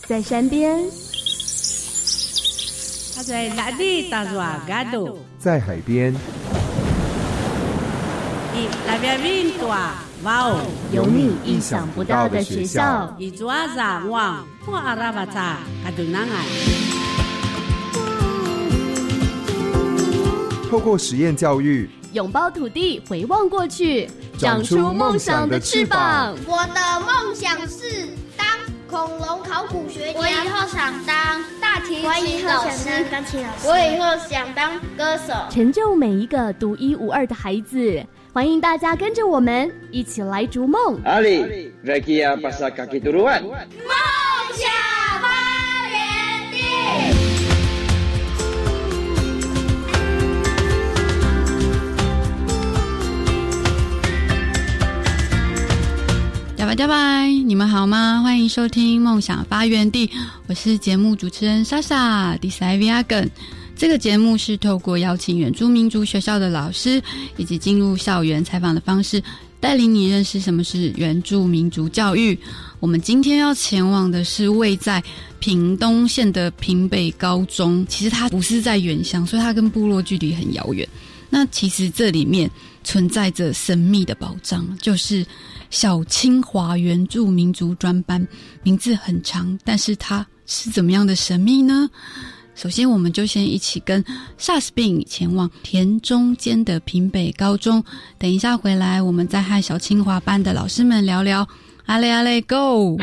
在山边， 他在哪里打软嘎度？ 在海边， 一那边云朵，哇哦， 有你意想不到的学校。 一抓啥网，我阿拉巴查，嘎度南岸。 透过实验教育， 拥抱土地，回望过去，长出梦想的翅膀。 我的梦想是当恐龙考古学家，我以后想当大提琴老师，钢琴老师，我以后想当歌手， 成就每一个独一无二的孩子。欢迎大家跟着我们一起来逐梦。 阿里，Rekia pasal kaki turuan。 梦想发源地。 加拜，你们好吗？欢迎收听梦想发源地，我是节目主持人莎莎迪塞维亚根。这个节目是透过邀请原住民族学校的老师以及进入校园采访的方式，带领你认识什么是原住民族教育。我们今天要前往的是位在屏东县的屏北高中，其实它不是在原乡，所以它跟部落距离很遥远。那其实这里面存在着神秘的宝藏，就是小清华原住民族专班，名字很长，但是它是怎么样的神秘呢？首先我们就先一起跟 SARS-BIN 前往田中间的屏北高中，等一下回来我们再和小清华班的老师们聊聊。阿嘞阿嘞 Go！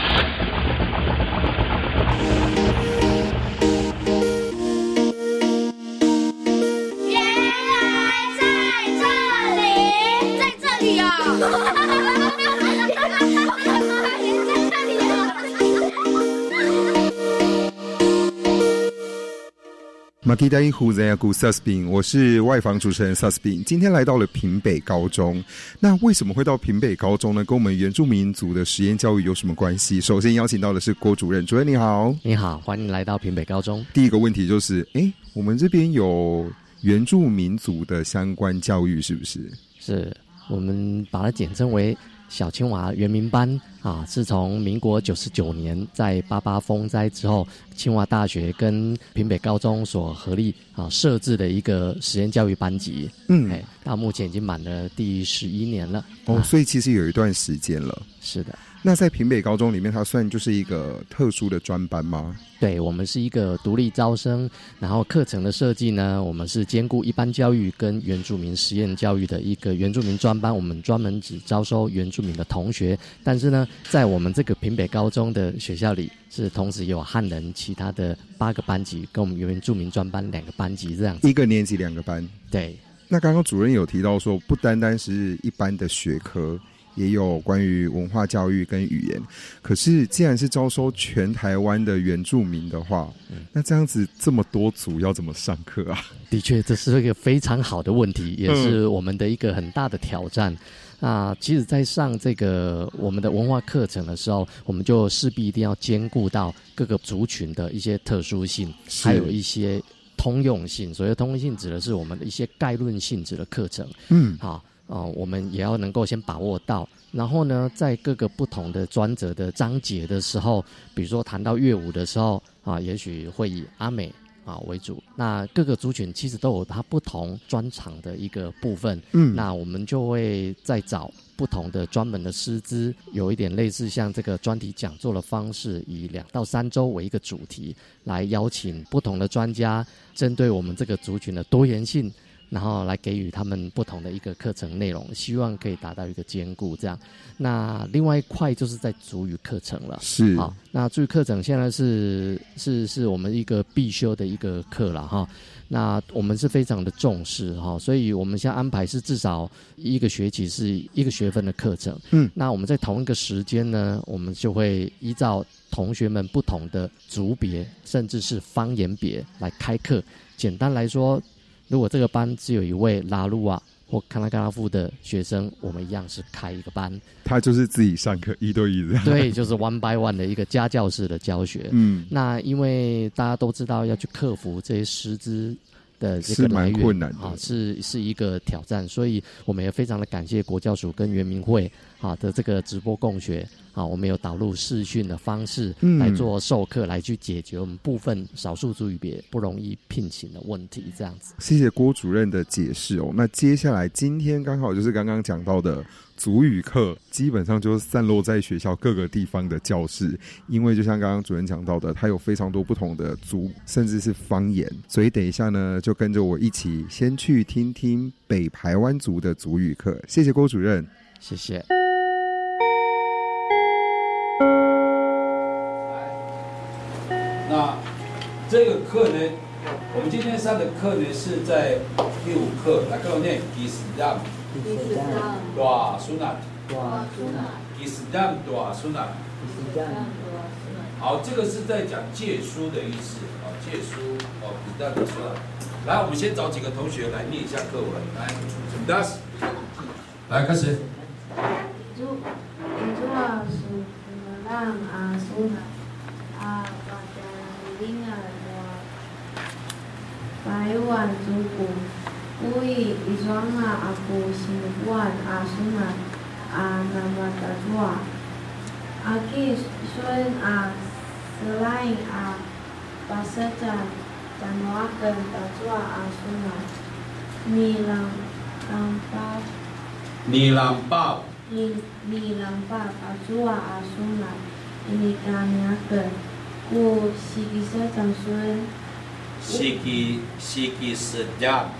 马基达伊胡在古 SARS-BIN， 我是外访主持人 SARS-BIN， 今天来到了屏北高中。那为什么会到屏北高中呢？跟我们原住民族的实验教育有什么关系？首先邀请到的是郭主任，主任你好。 你好，欢迎来到屏北高中。 第一个问题就是，我们这边有原住民族的相关教育是不是？ 是，我们把它简称为小清华原民班啊，是从民国99年在88风灾之后，清华大学跟屏北高中所合力设置的一个实验教育班级。到目前已经满了第11年了。 所以其实有一段时间了。 是的。 那在屏北高中里面，它算就是一个特殊的专班吗？ 对，我们是一个独立招生，然后课程的设计呢，我们是兼顾一般教育跟原住民实验教育的一个原住民专班。我们专门只招收原住民的同学，但是呢，在我们这个屏北高中的学校里，是同时有汉人其他的8个班级，跟我们原住民专班2个班级这样子。 一个年级2个班。 对。 那刚刚主任有提到说，不单单是一般的学科，也有关于文化教育跟语言。可是既然是招收全台湾的原住民的话，那这样子这么多组要怎么上课啊？ 的确，这是一个非常好的问题，也是我们的一个很大的挑战。其实在上这个我们的文化课程的时候，我们就势必一定要兼顾到各个族群的一些特殊性，还有一些通用性。所谓通用性指的是我们的一些概论性质的课程。我们也要能够先把握到，然后呢，在各个不同的专责的章节的时候，比如说谈到乐舞的时候也许会以阿美为主。那各个族群其实都有它不同专长的一个部分。那我们就会再找不同的专门的师资，有一点类似像这个专题讲座的方式，以2到3周为一个主题，来邀请不同的专家，针对我们这个族群的多元性，然后来给予他们不同的一个课程内容，希望可以达到一个兼顾这样。那另外一块就是在族语课程了。 是。 好，那族语课程现在是我们一个必修的一个课了哈。那我们是非常的重视哈，所以我们现在安排是至少一个学期是1个学分的课程。那我们在同一个时间呢，我们就会依照同学们不同的族别，甚至是方言别来开课。简单来说，如果这个班只有一位拉鲁瓦或卡拉嘎拉夫的学生，我们一样是开一个班， 他就是自己上课1对1的。 对，就是 one by one 的一个家教式的教学。那因为大家都知道要去克服这些师资的这个来源，是蛮困难的，是一个挑战，所以我们也非常的感谢国教署跟原民会的这个直播共学我们有导入视讯的方式来做授课，来去解决我们部分少数族语别不容易聘请的问题，这样子。 谢谢郭主任的解释哦。那接下来今天刚好就是刚刚讲到的族语课，基本上就是散落在学校各个地方的教室，因为就像刚刚主任讲到的，它有非常多不同的族，甚至是方言，所以等一下呢，就跟着我一起先去听听北排湾族的族语课。谢谢郭主任， 谢谢。 那这个课呢，我们今天上的课呢是在第5课，来跟我念 Islam Dua Sunat Islam Dua Sunat。好，这个是在讲戒书的意思戒书Islam Dua Sunat。来，我们先找几个同学来念一下课文。来 Das 来开始。 台湾族古，为Islam aku simpuan sunat nama tajwa. Aki sun selain pasajan dan wakan tajwa sunat. Ni lampa tajwa sunat. Ini kami akan ku sikisa sun. Siki sedang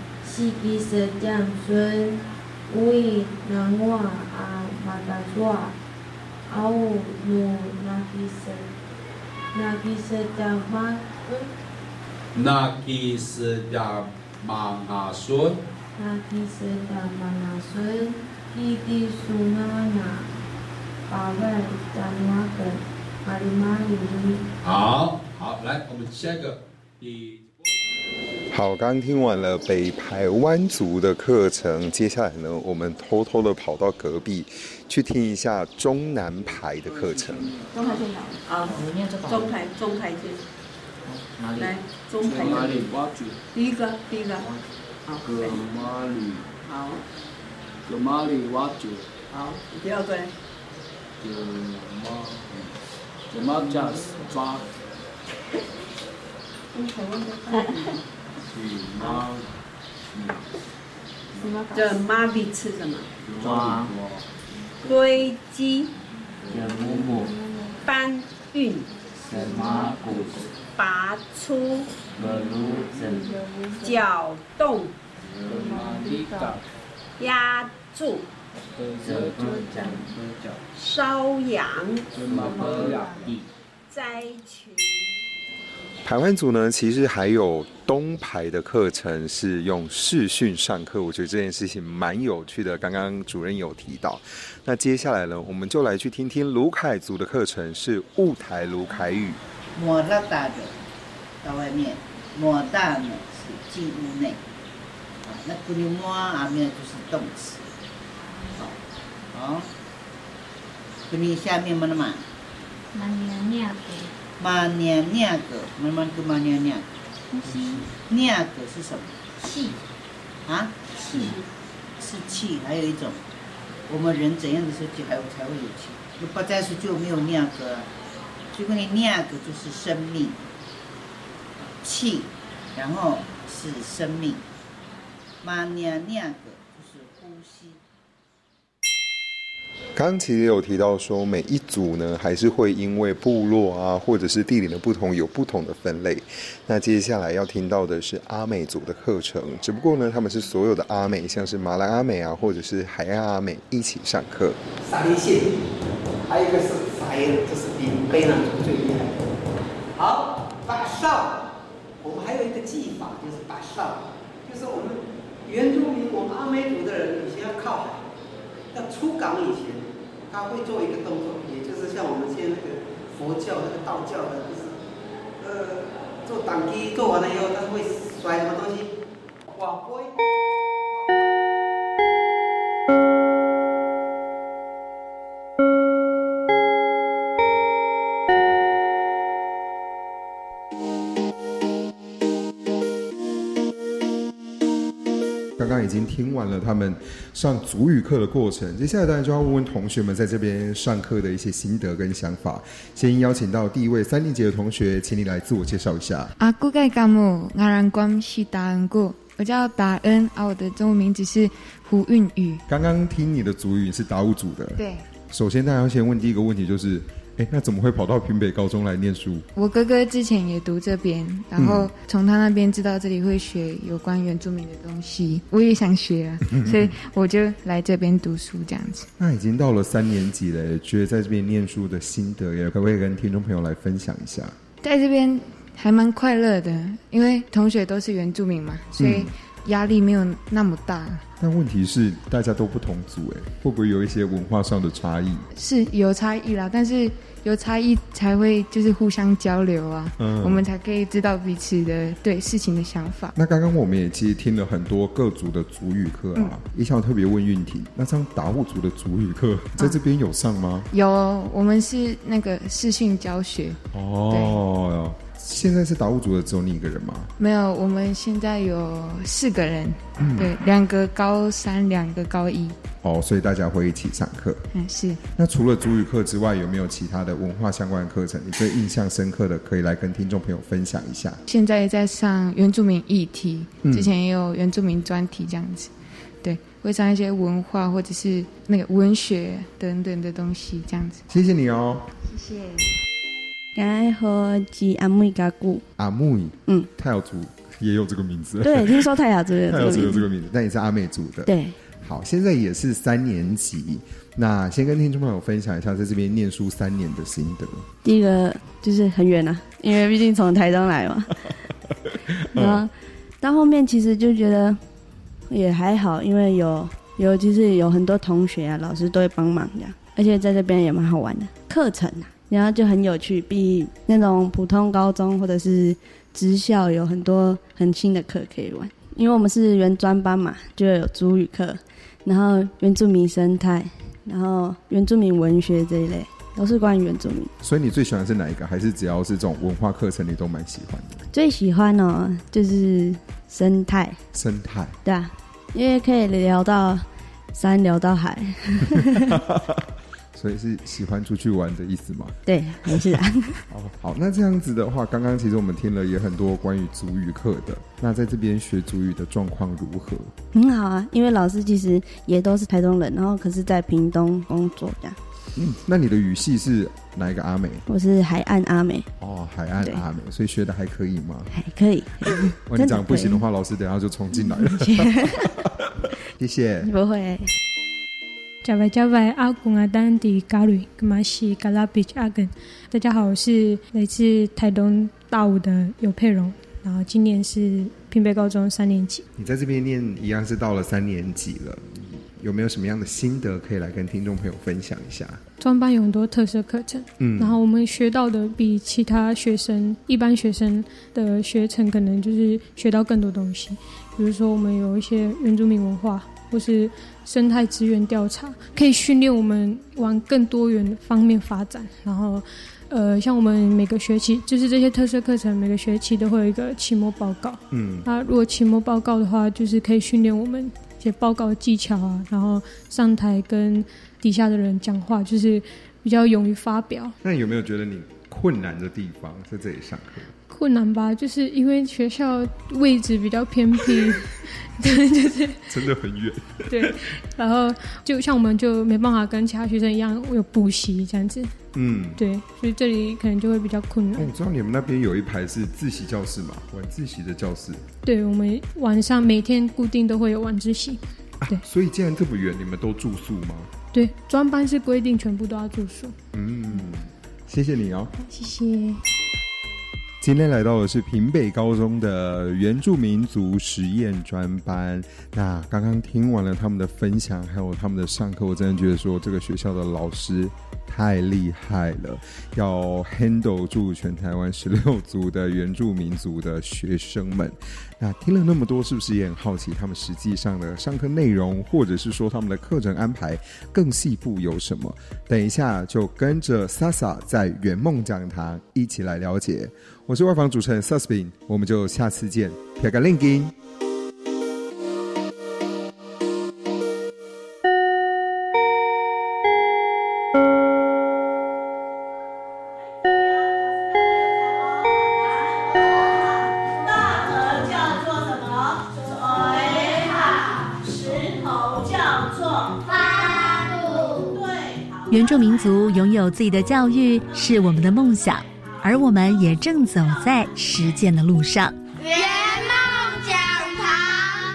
sun ui nangwa matajwa au nu naki sedang mangasun kiti sunana pawan dan wakan mari-mari。好，来，我们下一个好，刚刚听完了北排湾族的课程，接下来呢，我们偷偷的跑到隔壁去听一下中南排的课程。 中排先讲中排先。哪里？来，中排。哪里？第一个。好。格马里。好。格马里挖掘。好，第二个呢？格马加抓。这马比吃什么？抓。堆积。搬运。拔出。搅动。压住。瘙痒。摘取。 排湾族呢，其实还有东排的课程是用视讯上课，我觉得这件事情蛮有趣的。刚刚主任有提到，那接下来呢，我们就来去听听卢凯族的课程，是雾台卢凯语。 莫拉达的到外面，莫大呢是进屋内，那古里莫阿面就是动词。好，古里下面么了嘛？马娘娘个，慢慢个马娘娘。娘个是什么？气。气是气，还有一种，我们人怎样的时候就才会有气。那不在时就没有娘个，结果你娘个就是生命，气，然后是生命。马娘娘个就是呼吸。 刚刚其实有提到说，每一组呢还是会因为部落啊，或者是地理的不同，有不同的分类。那接下来要听到的是阿美族的课程，只不过呢，他们是所有的阿美，像是马来阿美啊，或者是海岸阿美一起上课。 沙梨县，还有一个是法言，这是比卑南族最厉害。好，把哨，我们还有一个技法，就是把哨，就是我们原住民，我们阿美族的人以前要靠海。要出港以前，他会做一个动作，也就是像我们现在那个佛教、那个道教的，就是做挡机做完了以后，他会甩什么东西？瓦龟。刚刚刚已经听完了他们上族语课的过程，接下来当然就要问问同学们在这边上课的一些心得跟想法。先邀请到第一位3年级的同学，请你来自我介绍一下。 古盖嘎姆阿兰关系达恩过，我叫达恩我的中文名字是胡韵宇。刚刚听你的族语是达悟族的， 对。 首先大家要先问第一个问题就是那怎么会跑到屏北高中来念书？ 我哥哥之前也读这边，然后从他那边知道这里会学有关原住民的东西，我也想学啊，所以我就来这边读书这样子。 那已经到了3年级了，觉得在这边念书的心得也可不可以跟听众朋友来分享一下？在这边还蛮快乐的，因为同学都是原住民嘛，所以压力没有那么大。 但问题是大家都不同族，会不会有一些文化上的差异？ 是有差异啦，但是有差异才会就是互相交流啊，我们才可以知道彼此的对事情的想法。 那刚刚我们也其实听了很多各族的族语课啊，也想特别问韵婷，那这样达悟族的族语课在这边有上吗？ 有，我们是那个视讯教学。 哦，现在是达悟族的只有你一个人吗？ 没有，我们现在有4个人，对，2个高3，2个高1。 所以大家会一起上课。 是。那除了族语课之外，有没有其他的文化相关的课程你最印象深刻的，可以来跟听众朋友分享一下？ 现在在上原住民议题，之前也有原住民专题这样子，对，会上一些文化或者是那个文学等等的东西这样子。 谢谢你哦。 谢谢。 我好是阿妹嘎古。 阿妹，泰雅族也有这个名字。 对，听说泰雅族有这个名字，但你是阿美族的。 对。 好，现在也是3年级，那先跟听众朋友分享一下在这边念书3年的心得。 第一个就是很远啊，因为毕竟从台东来嘛。然后到后面其实就觉得也还好，因为就是有很多同学啊，老师都会帮忙这样，而且在这边也蛮好玩的课程啊，然后就很有趣，比那种普通高中或者是职校有很多很新的课可以玩。因为我们是原专班嘛，就有族语课，然后原住民生态，然后原住民文学这一类，都是关于原住民。 所以你最喜欢是哪一个？还是只要是这种文化课程你都蛮喜欢的？ 最喜欢就是生态。 生态。 对啊，因为可以聊到山，聊到海。 所以是喜欢出去玩的意思吗？ 对，没事啊。 好，那这样子的话，刚刚其实我们听了也很多关于族语课的，那在这边学族语的状况如何？ 很好啊，因为老师其实也都是台东人，然后可是在屏东工作这样。 那你的语系是哪一个阿美？ 我是海岸阿美。 海岸阿美，所以学的还可以吗？ 还可以。 你讲不行的话，老师等一下就冲进来了。谢谢。 不会。 加拜阿公阿丹的咖喱格玛西嘎拉比阿根，大家好，我是来自台东大武的尤佩荣，然后今年是屏北高中3年级。 你在这边念一样是到了3年级了，有没有什么样的心得可以来跟听众朋友分享一下？ 专班有很多特色课程，然后我们学到的比其他一般学生的学程可能就是学到更多东西，比如说我们有一些原住民文化或是生态资源调查，可以训练我们往更多元方面发展。然后像我们每个学期就是这些特色课程每个学期都会有一个期末报告，那如果期末报告的话，就是可以训练我们一些报告技巧啊，然后上台跟底下的人讲话，就是比较勇于发表。 那你有没有觉得你困难的地方在这里上课？ 困难吧，就是因为学校位置比较偏僻，对，就是真的很远。 对，然后就像我们就没办法跟其他学生一样有补习这样子。对，所以这里可能就会比较困难。 我知道你们那边有一排是自习教室嘛，晚自习的教室。 对，我们晚上每天固定都会有晚自习。对， 所以既然这么远，你们都住宿吗？ 对，专班是规定全部都要住宿。 谢谢你哦。 谢谢。 今天来到的是屏北高中的原住民族实验专班。那刚刚听完了他们的分享，还有他们的上课，我真的觉得说这个学校的老师太厉害了，要 handle 住全台湾16族的原住民族的学生们。那听了那么多，是不是也很好奇他们实际上的上课内容，或者是说他们的课程安排更细部有什么？等一下就跟着 Sasa 在圆梦讲堂一起来了解。我是外访主持人 Susbin， 我们就下次见。撇个 link。 原住民族拥有自己的教育是我们的梦想，而我们也正走在实践的路上。 圆梦讲堂，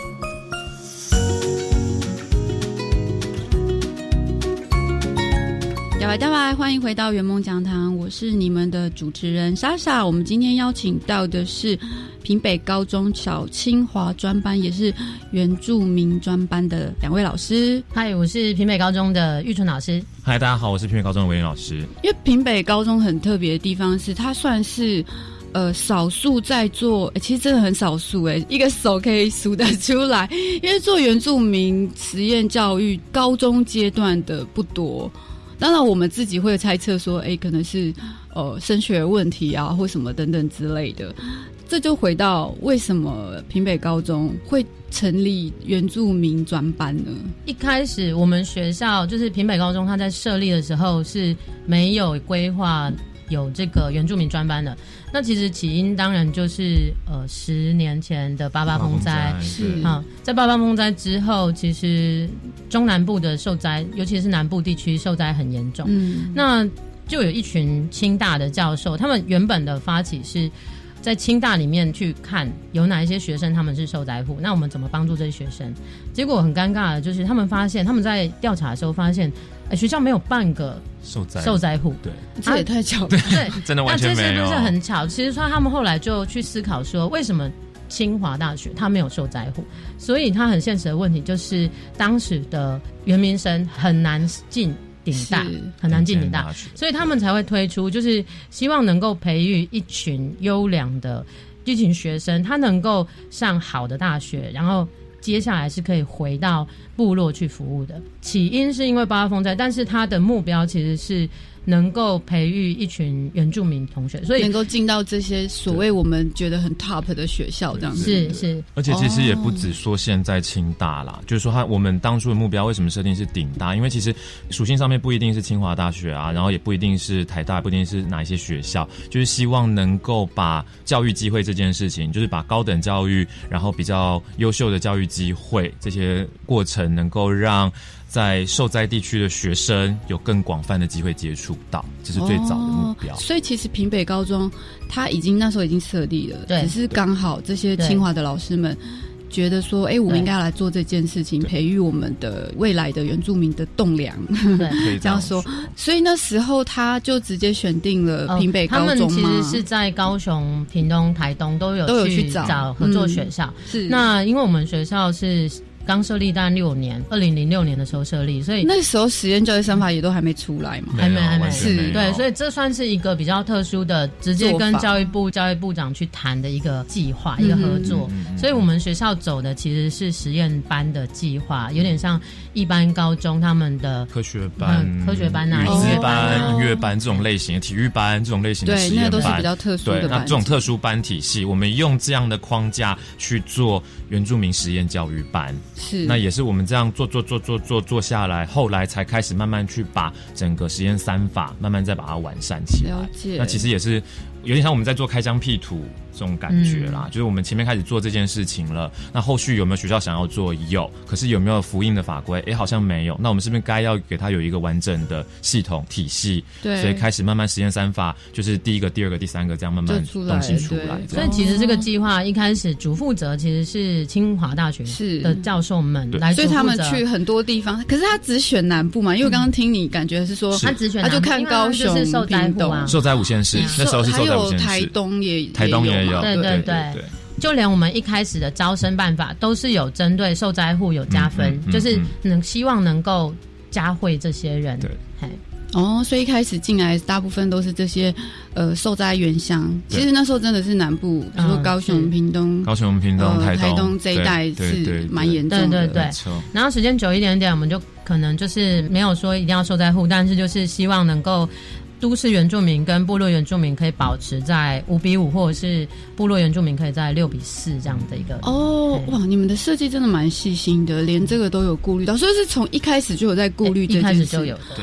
大家欢迎回到圆梦讲堂，我是你们的主持人莎莎。我们今天邀请到的是屏北高中小清华专班，也是原住民专班的2位老师。 嗨，我是屏北高中的玉纯老师。 嗨，大家好，我是屏北高中的维林老师。 因为屏北高中很特别的地方是，它算是少数在做，其实真的很少数，一个手可以数得出来。因为做原住民实验教育高中阶段的不多。当然我们自己会猜测说可能是升学问题啊或什么等等之类的。这就回到为什么屏北高中会成立原住民专班呢？ 一开始我们学校就是屏北高中，它在设立的时候是没有规划有这个原住民专班的。那其实起因当然就是10年前的88风灾，是在88风灾之后，其实中南部的受灾，尤其是南部地区受灾很严重。那就有一群清大的教授，他们原本的发起是在清大里面去看有哪一些学生他们是受灾户，那我们怎么帮助这些学生？结果很尴尬的就是他们发现，他们在调查的时候发现学校没有半个受灾户。 对， 这也太巧了。 对， 真的完全没有。 那这些都是很巧。其实说他们后来就去思考说，为什么清华大学它没有受灾户？所以它很现实的问题就是，当时的原民生很难进顶大，很难进顶大，所以他们才会推出，就是希望能够培育一群优良的一群学生，他能够上好的大学，然后接下来是可以回到部落去服务的。起因是因为88风灾，但是他的目标其实是能够培育一群原住民同学，所以能够进到这些所谓我们觉得很 top 的学校，这样子是。 而且其实也不只说现在清大啦，就是说我们当初的目标为什么设定是顶大？因为其实属性上面不一定是清华大学啊，然后也不一定是台大，不一定是哪一些学校，就是希望能够把教育机会这件事情，就是把高等教育，然后比较优秀的教育机会这些过程，能够让在受灾地区的学生有更广泛的机会接触到，这是最早的目标。 所以其实屏北高中他那时候已经设立了，只是刚好这些清华的老师们觉得说我们应该要来做这件事情，培育我们的未来的原住民的栋梁，这样说。所以那时候他就直接选定了屏北高中吗？ 他们其实是在高雄、屏东、台东都有去找合作学校。是那因为我们学校是刚设立大概6年，2006年的时候设立，所以那时候实验教育三法也都还没出来嘛， 还没是，对，所以这算是一个比较特殊的，直接跟教育部长去谈的一个计划，一个合作。所以我们学校走的其实是实验班的计划，有点像一般高中他们的科学班啊、 语言班、音乐班这种类型的，体育班这种类型的实验班， 对，那都是比较特殊的班。 对，那这种特殊班体系，我们用这样的框架去做原住民实验教育班。 是， 那也是我们这样做下来，后来才开始慢慢去把整个实验3法慢慢再把它完善起来。 了解。 那其实也是有点像我们在做开疆辟土这种感觉啦，就是我们前面开始做这件事情了，那后续有没有学校想要做？有，可是有没有符应的法规？好像没有。那我们是不是该要给它有一个完整的系统体系？对，所以开始慢慢实验3法，就是第1个、第2个、第3个这样慢慢东西出来。 所以其实这个计划一开始主负责其实是清华大学的教授们来主负责， 所以他们去很多地方，可是他只选南部嘛？因为我刚刚听你感觉是说他只选南部， 他就看高雄、 就是受灾户啊， 受灾5县市，那时候是受灾5县市， 台东也有， 对。就连我们一开始的招生办法都是有针对受灾户有加分，就是希望能够嘉惠这些人。对， 所以一开始进来大部分都是这些受灾原乡。其实那时候真的是南部，比如说高雄、屏东、台东这一带是蛮严重的。 对。然后时间久一点点，我们就可能就是没有说一定要受灾户，但是就是希望能够都市原住民跟部落原住民可以保持在5:5，或者是部落原住民可以在6:4这样的一个。 哇，你们的设计真的蛮细心的，连这个都有顾虑到，所以是从一开始就有在顾虑这件事。 一开始就有的。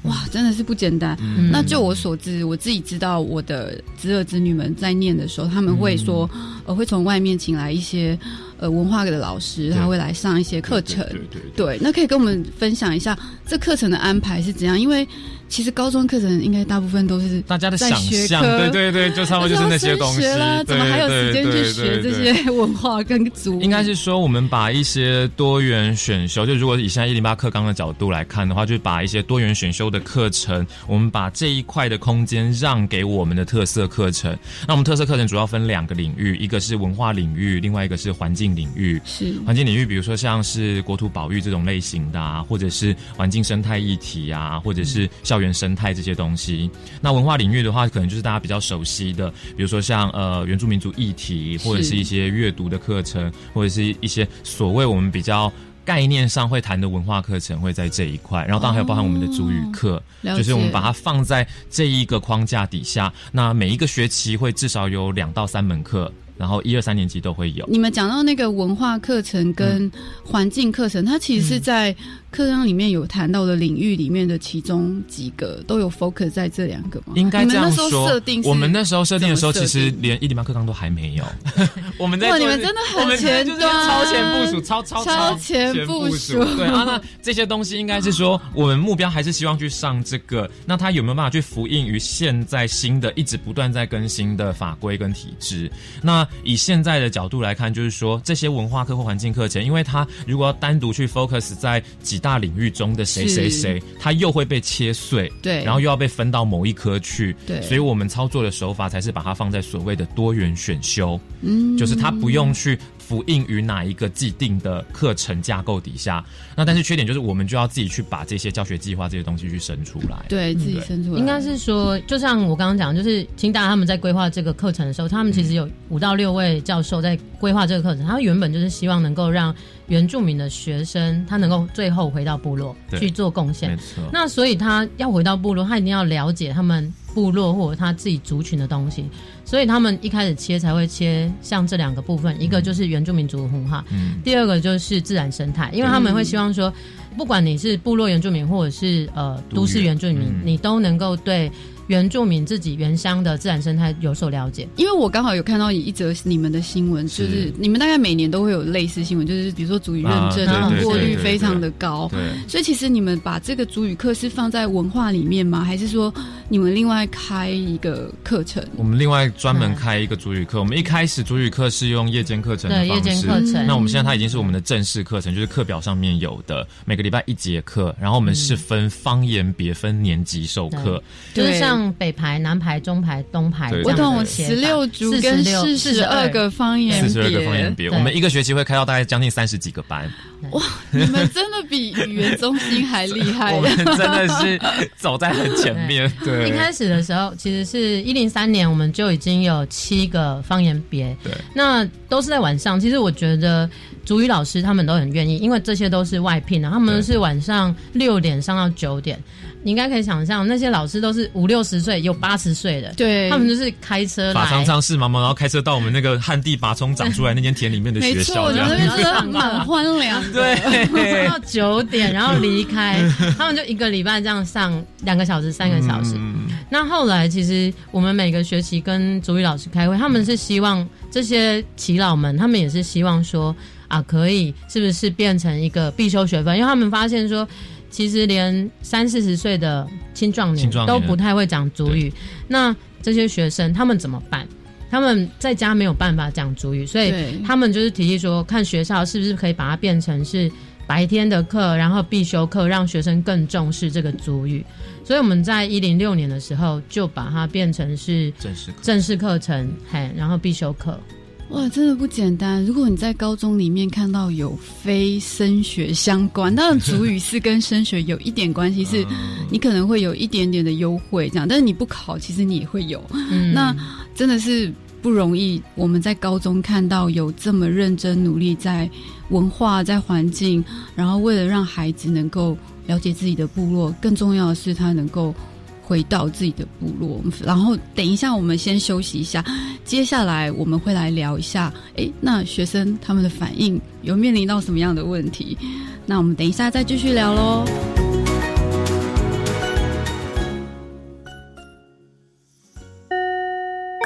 哇，真的是不简单。那就我所知，我自己知道我的侄儿侄女们在念的时候，他们会说，会从外面请来一些文化的老师，他会来上一些课程。对，那可以跟我们分享一下这课程的安排是怎样？因为其实高中课程应该大部分都是大家的想象，对，就差不多就是那些东西。 怎么还有时间去学这些文化跟族语？ 应该是说，我们把一些多元选修，就如果以现在108课纲的角度来看的话，就把一些多元选修的课程，我们把这一块的空间让给我们的特色课程。那我们特色课程主要分2个领域，一个是文化领域，另外一个是环境领域。 是环境领域，比如说像是国土保育这种类型的啊，或者是环境生态议题啊，或者是校园生态这些东西。那文化领域的话，可能就是大家比较熟悉的，比如说像原住民族议题，或者是一些阅读的课程，或者是一些所谓我们比较概念上会谈的文化课程会在这一块，然后当然还有包含我们的族语课，就是我们把它放在这一个框架底下。那每一个学期会至少有2到3门课，然后1、2、3年级都会有。 你们讲到那个文化课程跟环境课程，它其实是在课纲里面有谈到的领域里面的其中几个都有 focus 在这2个吗？ 应该这样说。我们那时候设定的时候，其实连108课纲都还没有。我们在哇，你们真的很前端， 超前部署，超前部署。 对啊，那这些东西应该是说，我们目标还是希望去上这个。那它有没有办法去符应于现在新的、一直不断在更新的法规跟体制？那以现在的角度来看，就是说这些文化课或环境课程，因为它如果要单独去 focus 在几大领域中的谁，它又会被切碎， 对， 然后又要被分到某一科去， 对， 所以我们操作的手法才是把它放在所谓的多元选修，就是它不用去符应于哪一个既定的课程架构底下。那但是缺点就是我们就要自己去把这些教学计划这些东西去生出来， 对，自己生出来。 应该是说，就像我刚刚讲，就是清大他们在规划这个课程的时候，他们其实有5到6位教授在规划这个课程，他原本就是希望能够让原住民的学生他能够最后回到部落去做贡献。 没错。 那所以他要回到部落，他一定要了解他们部落或者他自己族群的东西，所以他们一开始切才会切像这2个部分，一个就是原住民族文化，第2个就是自然生态，因为他们会希望说，不管你是部落原住民或者是都市原住民，你都能够对原住民自己原乡的自然生态有所了解。 因为我刚好有看到一则你们的新闻，就是你们大概每年都会有类似新闻，就是比如说族语认证通过率非常的高，所以其实你们把这个族语课是放在文化里面吗？还是说你们另外开一个课程？ 我们另外专门开一个族语课。我们一开始族语课是用夜间课程的方式， 夜间课程。 那我们现在它已经是我们的正式课程，就是课表上面有的，每个礼拜1节课，然后我们是分方言别分年级授课， 就是像北排、南排、中排、东排， 我懂16族跟42个方言别 ，42个方言别，我们一个学期会开到大概将近30几个班。 哇，你们真的比语言中心还厉害！ 我们真的是走在很前面。对， 一开始的时候其实是103年，我们就已经有7个方言别， 对， 那都是在晚上。其实我觉得族语老师他们都很愿意，因为这些都是外聘的，他们是晚上6点上到9点。你应该可以想象，那些老师都是50、60岁，有80岁的， 对， 他们就是开车来， 法常常视茫茫，然后开车到我们那个旱地拔葱长出来那间田里面的学校，这样， 没错，那边真的很荒凉， 对， 上到9点，然后离开，他们就1个礼拜这样上2个小时、3个小时。那后来其实我们每个学期跟族语老师开会，他们是希望这些耆老们，他们也是希望说啊，可以是不是变成一个必修学分？因为他们发现说，其实连30、40岁的青壮年都不太会讲族语，那这些学生他们怎么办？他们在家没有办法讲族语，所以他们就是提议说，看学校是不是可以把它变成是白天的课，然后必修课，让学生更重视这个族语。所以我们在106年的时候就把它变成是正式课程，然后必修课。 哇，真的不简单！如果你在高中里面看到有非升学相关，当然族语是跟升学有一点关系，是你可能会有一点点的优惠这样，但是你不考，其实你也会有。那真的是不容易。我们在高中看到有这么认真努力在文化、在环境，然后为了让孩子能够了解自己的部落，更重要的是他能够回到自己的部落。然后等一下我们先休息一下，接下来我们会来聊一下那学生他们的反应有面临到什么样的问题，那我们等一下再继续聊咯。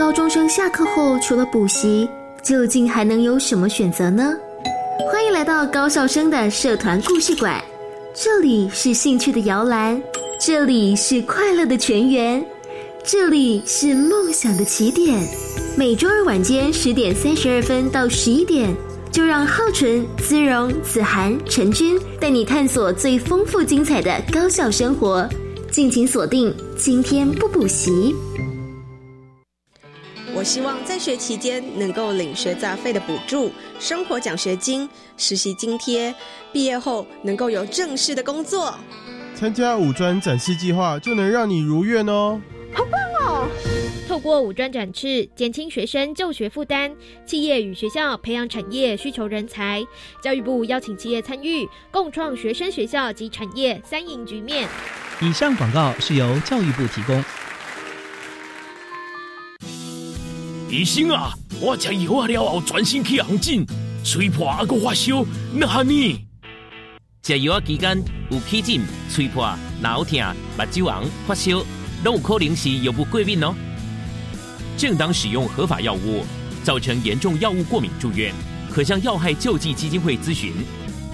高中生下课后除了补习，究竟还能有什么选择呢？欢迎来到高校生的社团故事馆，这里是兴趣的摇篮，这里是快乐的泉源，这里是梦想的起点。每周二晚间10点32分到11点，就让浩纯、姿荣、子涵、陈君带你探索最丰富精彩的高校生活。敬请锁定，今天不补习。 我希望在学期间能够领学杂费的补助、生活奖学金、实习津贴，毕业后能够有正式的工作。 参加五专展示计划就能让你如愿哦！ 好棒哦！透过五专展翅，减轻学生就学负担，企业与学校培养产业需求人才。教育部邀请企业参与，共创学生、学校及产业三赢局面。 以上广告是由教育部提供。 医生啊，我吃药啊了后全身起红疹，吹破还佫发烧，那哈呢？ 吃药期间有起疹、吹破、脑痛、目睭红、发烧，都有可能是药物过敏哦。正当使用合法药物，造成严重药物过敏住院，可向药害救济基金会咨询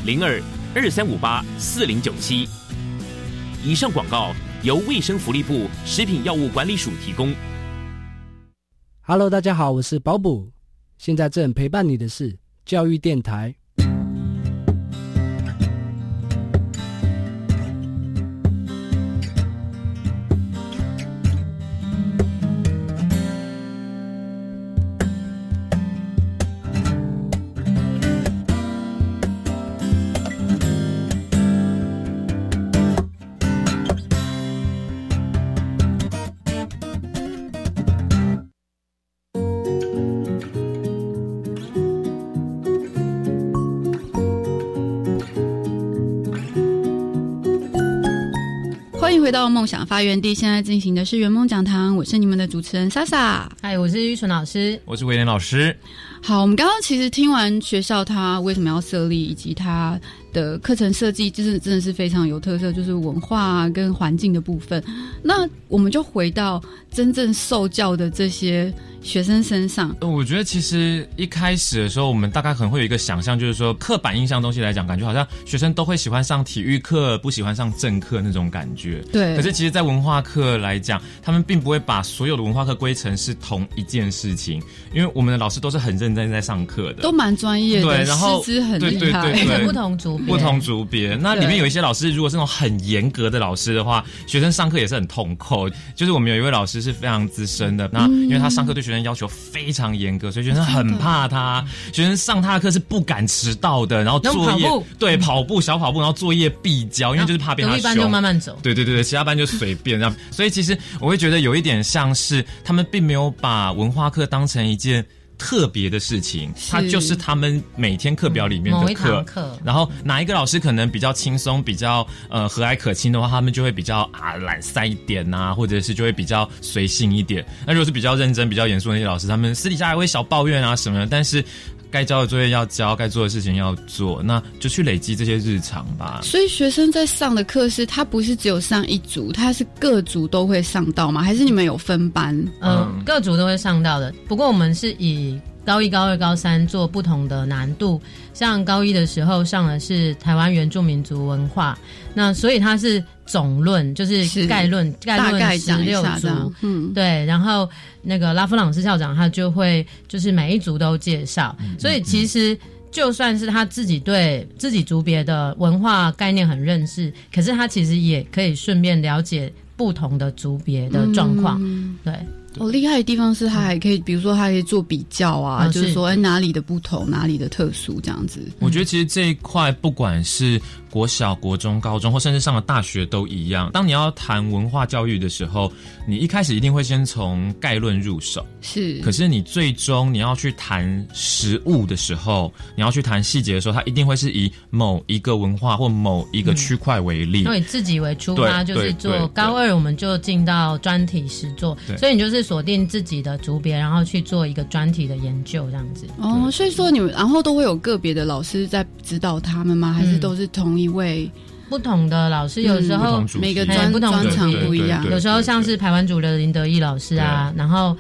02-2358-4097。以上广告由卫生福利部食品药物管理署提供。 Hello， 大家好，我是保卜，现在正陪伴你的是教育电台。 欢迎回到梦想发源地，现在进行的是圆梦讲堂，我是你们的主持人莎莎。 嗨，我是玉纯老师， 我是威廉老师。 好，我们刚刚其实听完学校它为什么要设立，以及它的课程设计，就是真的是非常有特色，就是文化跟环境的部分。那我们就回到真正受教的这些学生身上。 我觉得其实一开始的时候，我们大概可能会有一个想象，就是说刻板印象的东西来讲，感觉好像学生都会喜欢上体育课，不喜欢上正课那种感觉。 对。 可是其实在文化课来讲，他们并不会把所有的文化课归成是同一件事情，因为我们的老师都是很认真在上课的， 都蛮专业的， 对，然后师资很厉害， 对， 不同组别。那里面有一些老师，如果是那种很严格的老师的话，学生上课也是很痛苦。就是我们有一位老师是非常资深的，那因为他上课对学生要求非常严格，所以学生很怕他。学生上他的课是不敢迟到的，然后作业跑步小跑步，然后作业必交，因为就是怕被他凶。 有一班就慢慢走， 对，其他班就随便这样。所以其实我会觉得有一点像是他们并没有把文化课当成一件特别的事情，它就是他们每天课表里面的课，然后哪一个老师可能比较轻松，比较和蔼可亲的话，他们就会比较懒散一点啊，或者是就会比较随性一点。那如果是比较认真、比较严肃的那些老师，他们私底下还会小抱怨啊什么的，但是该交的作业要交，该做的事情要做，那就去累积这些日常吧。 所以学生在上的课是，他不是只有上一组，他是各组都会上到吗？还是你们有分班？ 各组都会上到的。不过我们是以高一、高二、高三做不同的难度。像高一的时候上的是台湾原住民族文化，那所以它是总论，就是概论16组，对。然后那个拉夫朗斯校长他就会就是每一组都介绍，所以其实就算是他自己对自己族别的文化概念很认识，可是他其实也可以顺便了解不同的族别的状况，对。 厉害的地方是他还可以，比如说他可以做比较啊，就是说哪里的不同，哪里的特殊这样子。 我觉得其实这一块不管是国小、国中、高中，或甚至上了大学都一样。当你要谈文化教育的时候，你一开始一定会先从概论入手， 是。 可是你最终你要去谈实务的时候，你要去谈细节的时候，它一定会是以某一个文化或某一个区块为例， 以自己为出发，就是做高二我们就进到专题实作，所以你就是锁定自己的族别，然后去做一个专题的研究这样子。 所以说你们然后都会有个别的老师在指导他们吗？还是都是同一位？ 不同的老师，有时候每个专长不一样。 有时候像是排湾族的林德义老师啊，然后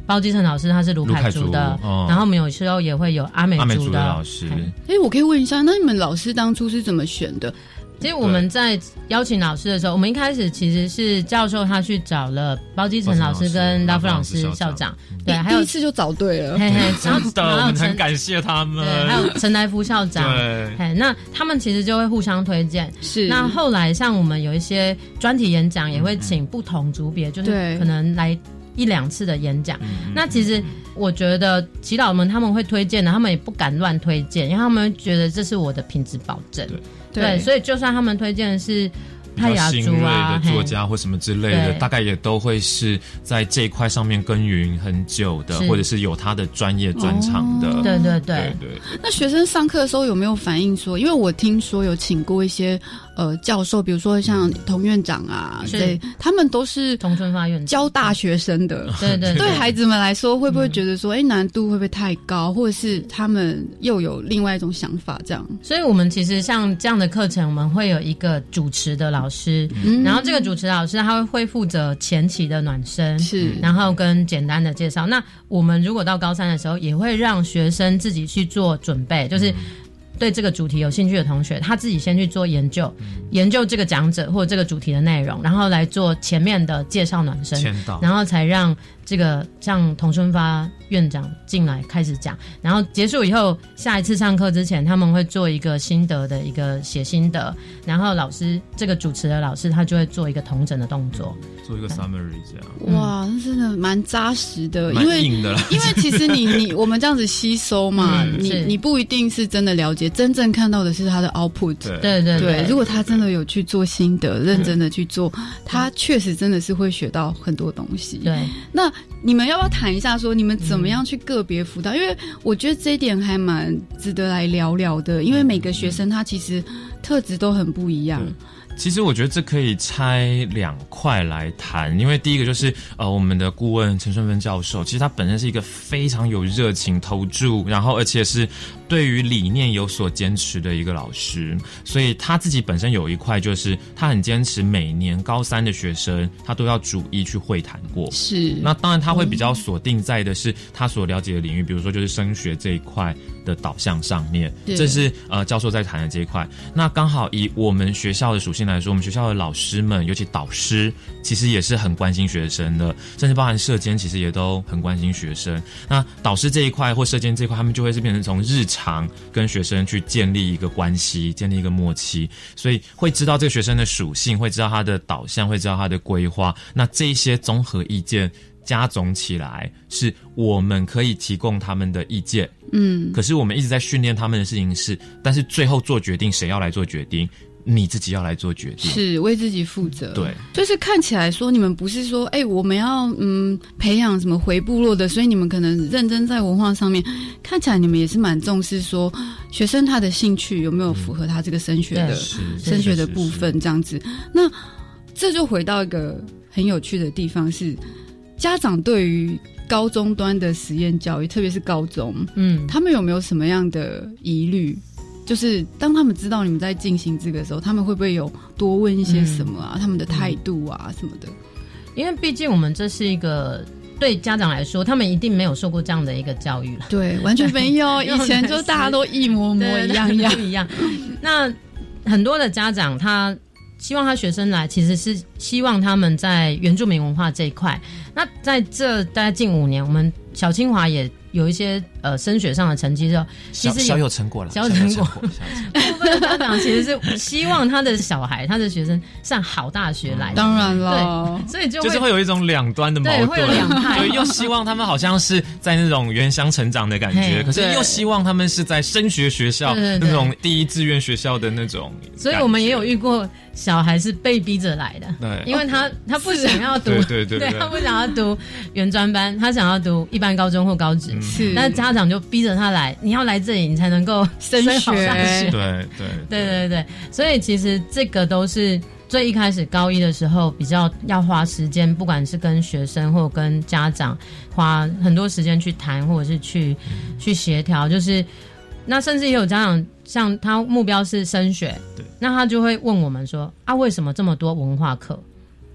包基成老师他是卢凯族的，然后我们有时候也会有阿美族的老师。 我可以问一下，那你们老师当初是怎么选的？ 其实我们在邀请老师的时候，我们一开始其实是教授他去找了包基成老师跟拉夫老师校长，对，还有第一次就找对了， 真的，我们很感谢他们。 对，还有陈来福校长， 对， 那他们其实就会互相推荐。 是， 那后来像我们有一些专题演讲，也会请不同族别，就是可能来1-2次的演讲。那其实我觉得祈祷们他们会推荐的，他们也不敢乱推荐，因为他们觉得这是我的品质保证。对，所以就算他们推荐的是泰雅族啊的作家或什么之类的，大概也都会是在这一块上面耕耘很久的，或者是有他的专业专长的。 对。 那学生上课的时候有没有反映说，因为我听说有请过一些教授，比如说像童院长啊，对，他们都是童春发院教大学生的。 对， 对孩子们来说，会不会觉得说，难度会不会太高，或者是他们又有另外一种想法这样？ 所以我们其实像这样的课程，我们会有一个主持的老师，然后这个主持老师他会负责前期的暖身， 是， 然后跟简单的介绍。那我们如果到高3的时候，也会让学生自己去做准备，就是对这个主题有兴趣的同学，他自己先去做研究这个讲者或者这个主题的内容，然后来做前面的介绍暖身，然后才让这个像童春发院长进来开始讲，然后结束以后，下一次上课之前，他们会做一个心得的一个写心得，然后老师这个主持的老师他就会做一个统整的动作， 做一个 summary 这样。 哇，那真的蛮扎实的， 蛮硬的啦。 因为其实你我们这样子吸收嘛，你不一定是真的了解，真正看到的是他的 output。 对， 如果他真的有去做心得，认真的去做，他确实真的是会学到很多东西。 对， 那你们要不要谈一下说你们怎么样去个别辅导？因为我觉得这一点还蛮值得来聊聊的，因为每个学生他其实特质都很不一样。 其实我觉得这可以拆2块来谈，因为第一个就是我们的顾问陈顺芬教授，其实他本身是一个非常有热情投注，然后而且是对于理念有所坚持的一个老师，所以他自己本身有一块就是他很坚持每年高3的学生他都要逐一去会谈过。 是， 那当然他会比较锁定在的是他所了解的领域，比如说就是升学这一块的导向上面，这是教授在谈的这一块。那刚好以我们学校的属性来说，我们学校的老师们，尤其导师，其实也是很关心学生的，甚至包含社监，其实也都很关心学生。那导师这一块或社监这一块，他们就会是变成从日常跟学生去建立一个关系，建立一个默契，所以会知道这个学生的属性，会知道他的导向，会知道他的规划。那这一些综合意见加总起来，是我们可以提供他们的意见。可是我们一直在训练他们的事情是，但是最后做决定，谁要来做决定？你自己要来做决定， 是为自己负责。 对， 就是看起来说你们不是说我们要培养什么回部落的，所以你们可能认真在文化上面，看起来你们也是蛮重视说学生他的兴趣有没有符合他这个升学的部分这样子。那这就回到一个很有趣的地方，是家长对于高中端的实验教育，特别是高中，他们有没有什么样的疑虑？就是当他们知道你们在进行这个的时候，他们会不会有多问一些什么啊？他们的态度啊什么的？ 因为毕竟我们这是一个对家长来说，他们一定没有受过这样的一个教育了。 对，完全没有。以前就大家都一模一样一样。那很多的家长他希望他学生来，其实是希望他们在原住民文化这一块。那在这大概近5年，我们小清华也有一些升学上的成绩之后，其实小有成果了， 小有成果。部分的家长其实是希望他的小孩、他的学生上好大学来。 当然了， 对，所以就是会有一种两端的矛盾， 会有两派， 又希望他们好像是在那种原乡成长的感觉，可是又希望他们是在升学学校那种第一志愿学校的那种。 所以我们也有遇过小孩是被逼着来的， 对， 因为他不想要读， 对， 他不想要读原专班，他想要读一般高中或高职， 是， 但是家长就逼着他来，你要来这里，你才能够升好大学，对，所以其实这个都是最一开始高1的时候比较要花时间，不管是跟学生或跟家长花很多时间去谈，或者是去协调，就是那甚至也有家长像他目标是升学，对，那他就会问我们说为什么这么多文化课？对，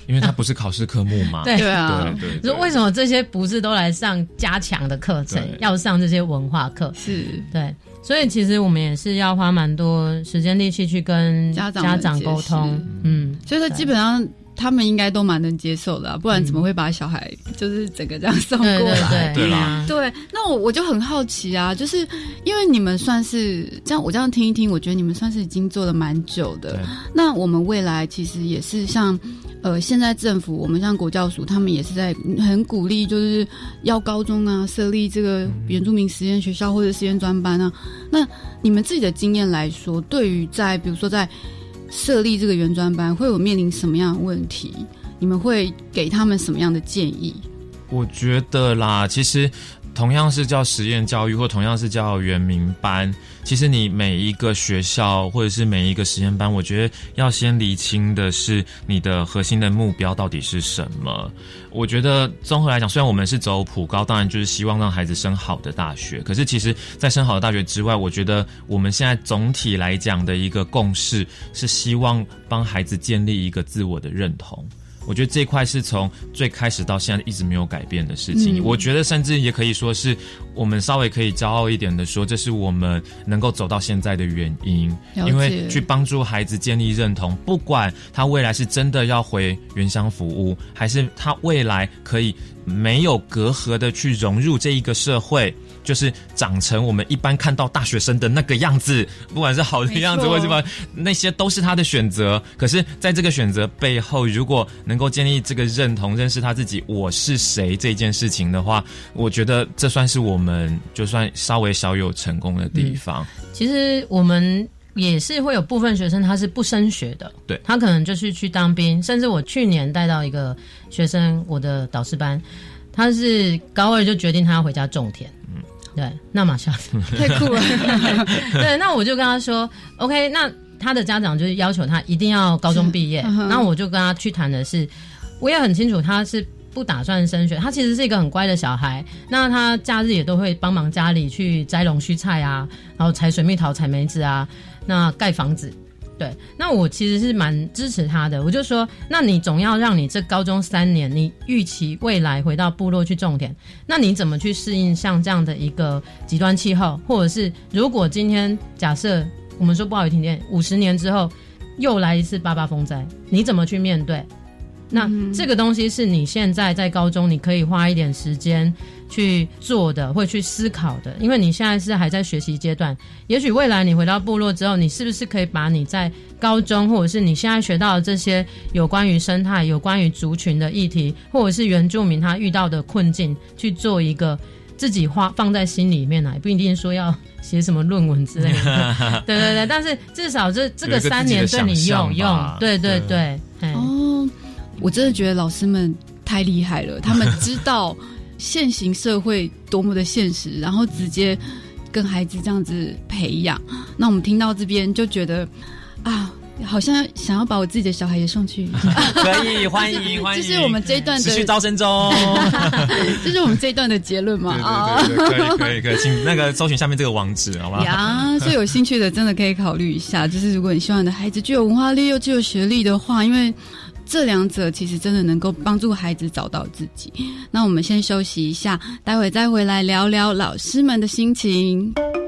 因为它不是考试科目嘛。 对啊， 对， 为什么这些不是都来上加强的课程，要上这些文化课？ 是， 对，所以其实我们也是要花蛮多时间力气去跟家长沟通。 所以说基本上他们应该都蛮能接受的啊，不然怎么会把小孩就是整个这样送过来？ 对啦， 对。那我就很好奇啊，就是因为你们算是这样，我这样听一听，我觉得你们算是已经做了蛮久的。那我们未来其实也是像现在政府，我们像国教署，他们也是在很鼓励，就是要高中啊设立这个原住民实验学校或者实验专班啊。那你们自己的经验来说，对于比如说在设立这个原专班会有面临什么样的问题？你们会给他们什么样的建议？ 我觉得啦，其实同样是叫实验教育，或同样是叫原民班，其实你每一个学校或者是每一个实验班，我觉得要先厘清的是你的核心的目标到底是什么。我觉得综合来讲，虽然我们是走普高，当然就是希望让孩子升好的大学，可是其实在升好的大学之外，我觉得我们现在总体来讲的一个共识是希望帮孩子建立一个自我的认同。我觉得这一块是从最开始到现在一直没有改变的事情。我觉得甚至也可以说是我们稍微可以骄傲一点的说，这是我们能够走到现在的原因。因为去帮助孩子建立认同，不管他未来是真的要回原乡服务，还是他未来可以没有隔阂的去融入这一个社会，就是长成我们一般看到大学生的那个样子，不管是好的样子或者什么，那些都是他的选择。可是在这个选择背后，如果能够建立这个认同，认识他自己我是谁这件事情的话，我觉得这算是我们就算稍微小有成功的地方。 其实我们也是会有部分学生他是不升学的， 对， 他可能就是去当兵，甚至我去年带到一个学生，我的导师班，他是高2就决定他要回家种田。对，那马上太酷了。 对，那我就跟他说 OK， 那他的家长就是要求他一定要高中毕业，那我就跟他去谈的是，我也很清楚他是不打算升学，他其实是一个很乖的小孩，那他假日也都会帮忙家里去摘龙须菜啊，然后采水蜜桃、采梅子啊，那盖房子。对，那我其实是蛮支持他的，我就说，那你总要让你这高中3年，你预期未来回到部落去种田，那你怎么去适应像这样的一个极端气候，或者是如果今天假设我们说不好听点，50年之后又来一次8·8风灾，你怎么去面对？那这个东西是你现在在高中你可以花一点时间去做的，会去思考的，因为你现在是还在学习阶段，也许未来你回到部落之后，你是不是可以把你在高中或者是你现在学到的这些有关于生态、有关于族群的议题，或者是原住民他遇到的困境，去做一个自己放在心里面来，不一定说要写什么论文之类的。对对对，但是至少这个3年对你有用。对对对。 哦，我真的觉得老师们太厉害了，他们知道现行社会多么的现实，然后直接跟孩子这样子培养。那我们听到这边就觉得啊，好像想要把我自己的小孩也送去。 可以，欢迎欢迎。 这是我们这一段的持续招生中。 这是我们这一段的结论嘛？ 对对对，可以，请那个搜寻下面这个网址，好不好？ 呀，所以有兴趣的真的可以考虑一下，就是如果你希望你的孩子具有文化力又具有学历的话，因为这两者其实真的能够帮助孩子找到自己。那我们先休息一下，待会再回来聊聊老师们的心情。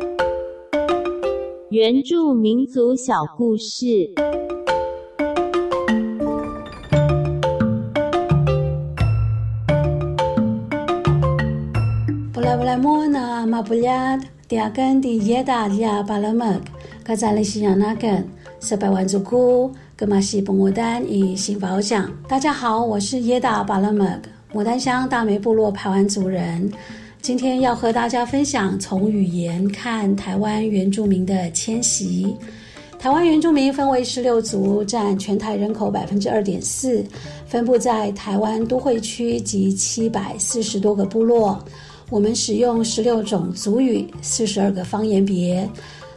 原住民族小故事。 布拉布拉莫纳马布亚第二根的耶达亚巴拉麦克在利西亚那根400万族库格马西本牡丹以新宝奖。大家好，我是耶达巴拉麦克牡丹乡大梅部落排湾族人。今天要和大家分享从语言看台湾原住民的迁徙。台湾原住民分为16族，占全台人口 2.4%， 分布在台湾都会区及740多个部落。我们使用16种族语，42个方言别。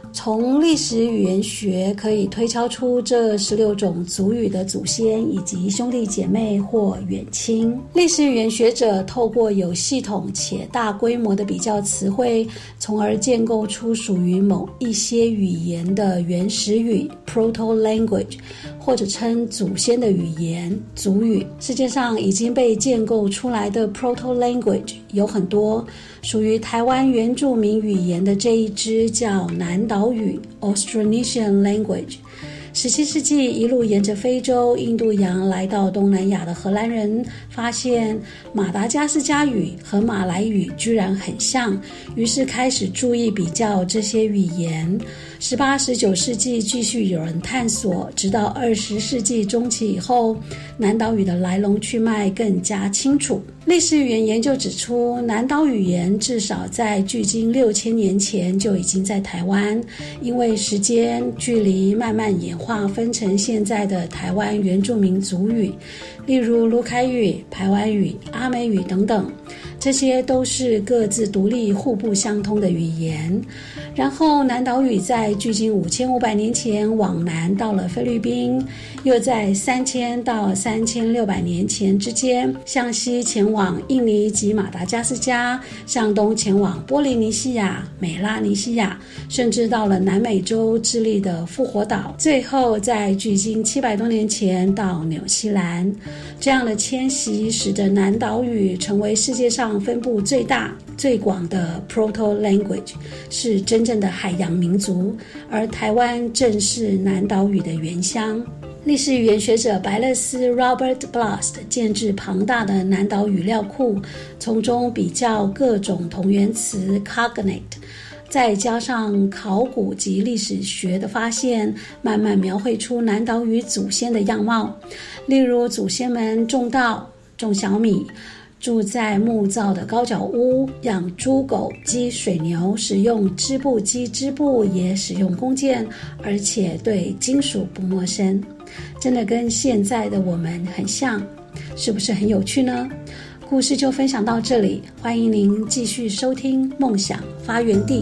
从历史语言学可以推敲出这16种族语的祖先以及兄弟姐妹或远亲。历史语言学者透过有系统且大规模的比较词汇，从而建构出属于某一些语言的原始语 proto-language， 或者称祖先的语言族语。世界上已经被建构出来的 proto-language 有很多，属于台湾原住民语言的这一支叫南岛语 Austronesian Language。17世纪一路沿着非洲、印度洋来到东南亚的荷兰人发现马达加斯加语和马来语居然很像，于是开始注意比较这些语言。18、19世纪继续有人探索，直到20世纪中期以后，南岛语的来龙去脉更加清楚。历史语言研究指出，南岛语言至少在距今6000年前就已经在台湾，因为时间距离慢慢演化分成现在的台湾原住民族语，例如卢凯语、排湾语、阿美语等等，这些都是各自独立互不相通的语言。然后南岛语在距今5500年前往南到了菲律宾，又在3000到3600年前之间向西前往印尼及马达加斯加，向东前往波利尼西亚、美拉尼西亚，甚至到了南美洲智利的复活岛，最后在距今700多年前到纽西兰。这样的迁徙使得南岛语成为世界上分布最大最广的 proto-language， 是真正的海洋民族，而台湾正是南岛语的原乡。历史语言学者白勒斯 Robert Blast 建制庞大的南岛语料库，从中比较各种同源词 cognate， 再加上考古及历史学的发现，慢慢描绘出南岛语祖先的样貌。例如祖先们种稻、种小米，住在木造的高脚屋，养猪狗鸡水牛，使用织布机织布，也使用弓箭，而且对金属不陌生，真的跟现在的我们很像，是不是很有趣呢？故事就分享到这里，欢迎您继续收听梦想发源地。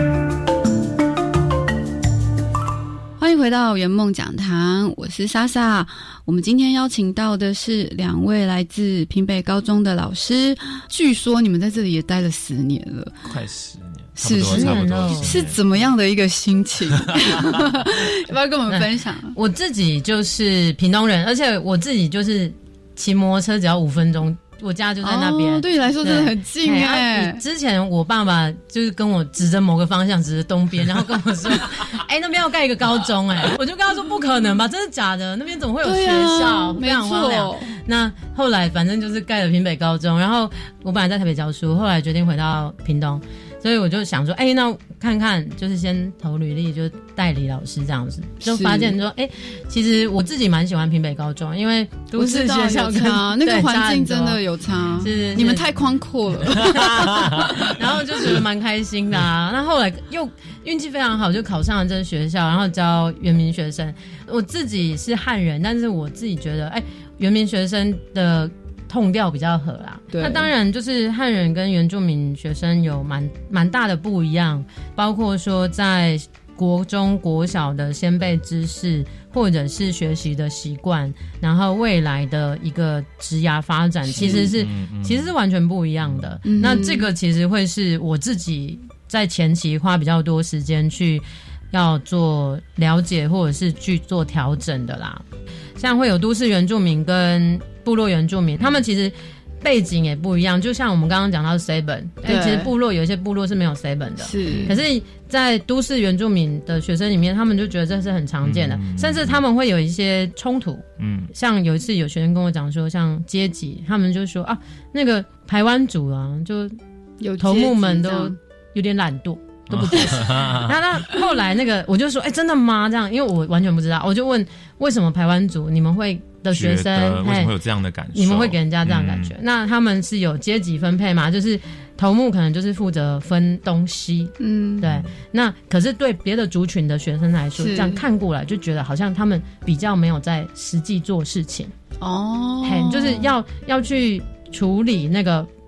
欢迎回到圆梦讲堂，我是莎莎。我们今天邀请到的是2位来自屏北高中的老师，据说你们在这里也待了10年了， 快10年 ，10年了，是怎么样的一个心情？要不要跟我们分享？ 我自己就是屏东人，而且我自己就是骑摩托车只要5分钟。我家就在那边， 对你来说真的很近哎。 之前我爸爸就是跟我指着某个方向，指着东边，然后跟我说：“哎，那边要盖一个高中哎。”我就跟他说：“不可能吧，真的假的？那边怎么会有学校？非常荒凉。”那后来反正就是盖了屏北高中，然后我本来在台北教书，后来决定回到屏东。所以我就想说，那看看，就是先投履历，就代理老师这样子，就发现说，其实我自己蛮喜欢屏北高中，因为都市学校跟那个环境真的有差，是你们太宽阔了， 然后就觉得蛮开心的啊。那后来又运气非常好，就考上了这个学校，然后教原民学生。我自己是汉人，但是我自己觉得，原民学生的痛调比较合啦，那当然就是汉人跟原住民学生有蛮大的不一样，包括说在国中国小的先辈知识，或者是学习的习惯，然后未来的一个职涯发展，其实是完全不一样的。那这个其实会是我自己在前期花比较多时间去要做了解，或者是去做调整的啦。像会有都市原住民跟部落原住民，他们其实背景也不一样，就像我们刚刚讲到 Seven， 其实部落有一些部落是没有 Seven 的，是。可是，在都市原住民的学生里面，他们就觉得这是很常见的，甚至他们会有一些冲突。像有一次有学生跟我讲说，像阶级，他们就说啊，那个排湾族啊，就有头目们都有点懒惰。都不做事。那后来那个我就说，真的吗？这样，因为我完全不知道，我就问为什么排湾族你们会的学生为什么会有这样的感受？ 你们会给人家这样的感觉？那他们是有阶级分配嘛？就是头目可能就是负责分东西，对。那可是对别的族群的学生来说，这样看过来就觉得好像他们比较没有在实际做事情就是要去处理那个